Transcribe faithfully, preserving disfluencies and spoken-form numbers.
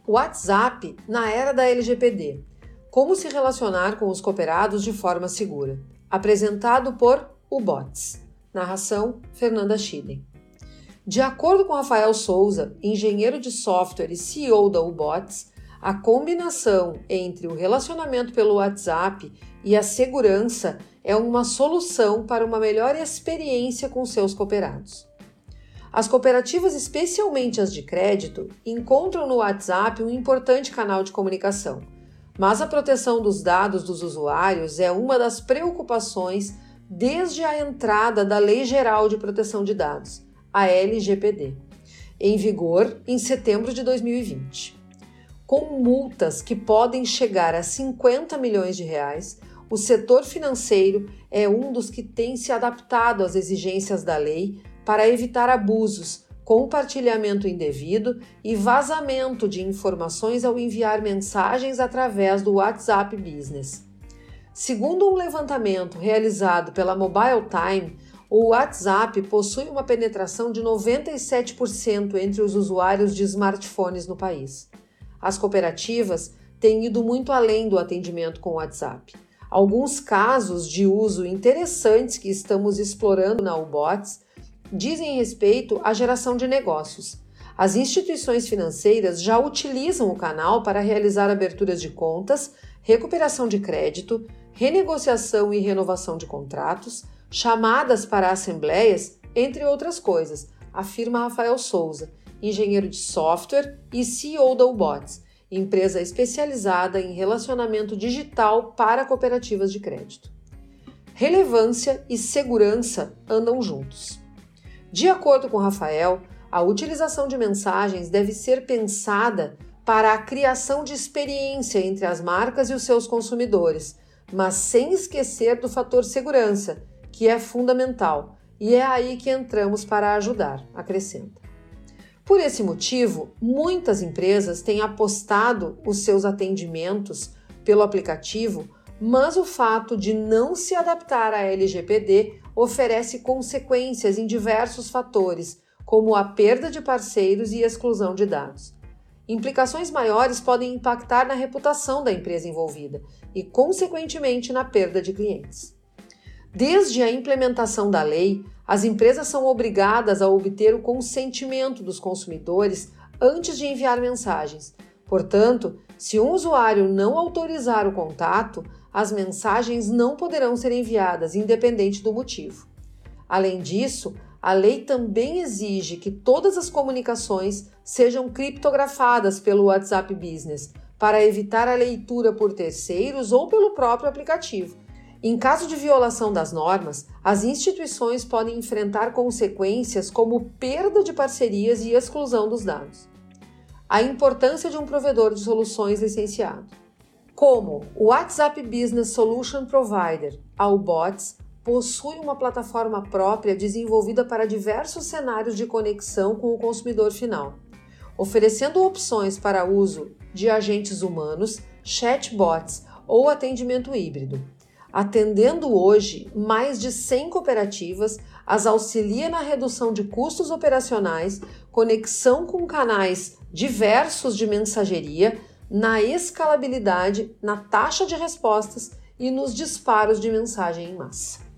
WhatsApp na era da L G P D. Como se relacionar com os cooperados de forma segura. Apresentado por UBOTS. Narração, Fernanda Schilling. De acordo com Rafael Souza, engenheiro de software e C E O da UBOTS, a combinação entre o relacionamento pelo WhatsApp e a segurança é uma solução para uma melhor experiência com seus cooperados. As cooperativas, especialmente as de crédito, encontram no WhatsApp um importante canal de comunicação, mas a proteção dos dados dos usuários é uma das preocupações desde a entrada da Lei Geral de Proteção de Dados, a L G P D, em vigor em setembro de dois mil e vinte. Com multas que podem chegar a cinquenta milhões de reais, o setor financeiro é um dos que tem se adaptado às exigências da lei para evitar abusos, compartilhamento indevido e vazamento de informações ao enviar mensagens através do WhatsApp Business. Segundo um levantamento realizado pela Mobile Time, o WhatsApp possui uma penetração de noventa e sete por cento entre os usuários de smartphones no país. As cooperativas têm ido muito além do atendimento com o WhatsApp. Alguns casos de uso interessantes que estamos explorando na UBOTS dizem respeito à geração de negócios. As instituições financeiras já utilizam o canal para realizar aberturas de contas, recuperação de crédito, renegociação e renovação de contratos, chamadas para assembleias, entre outras coisas, afirma Rafael Souza, engenheiro de software e C E O da UBOTS, empresa especializada em relacionamento digital para cooperativas de crédito. Relevância e segurança andam juntos. De acordo com Rafael, a utilização de mensagens deve ser pensada para a criação de experiência entre as marcas e os seus consumidores, mas sem esquecer do fator segurança, que é fundamental, e é aí que entramos para ajudar, acrescenta. Por esse motivo, muitas empresas têm apostado os seus atendimentos pelo aplicativo, mas o fato de não se adaptar à L G P D oferece consequências em diversos fatores, como a perda de parceiros e exclusão de dados. Implicações maiores podem impactar na reputação da empresa envolvida e, consequentemente, na perda de clientes. Desde a implementação da lei, as empresas são obrigadas a obter o consentimento dos consumidores antes de enviar mensagens. Portanto, se um usuário não autorizar o contato, as mensagens não poderão ser enviadas, independente do motivo. Além disso, a lei também exige que todas as comunicações sejam criptografadas pelo WhatsApp Business, para evitar a leitura por terceiros ou pelo próprio aplicativo. Em caso de violação das normas, as instituições podem enfrentar consequências como perda de parcerias e exclusão dos dados. A importância de um provedor de soluções licenciado. Como o WhatsApp Business Solution Provider, a UBOTS, possui uma plataforma própria desenvolvida para diversos cenários de conexão com o consumidor final, oferecendo opções para uso de agentes humanos, chatbots ou atendimento híbrido. Atendendo hoje mais de cem cooperativas, as auxilia na redução de custos operacionais, conexão com canais diversos de mensageria, na escalabilidade, na taxa de respostas e nos disparos de mensagem em massa.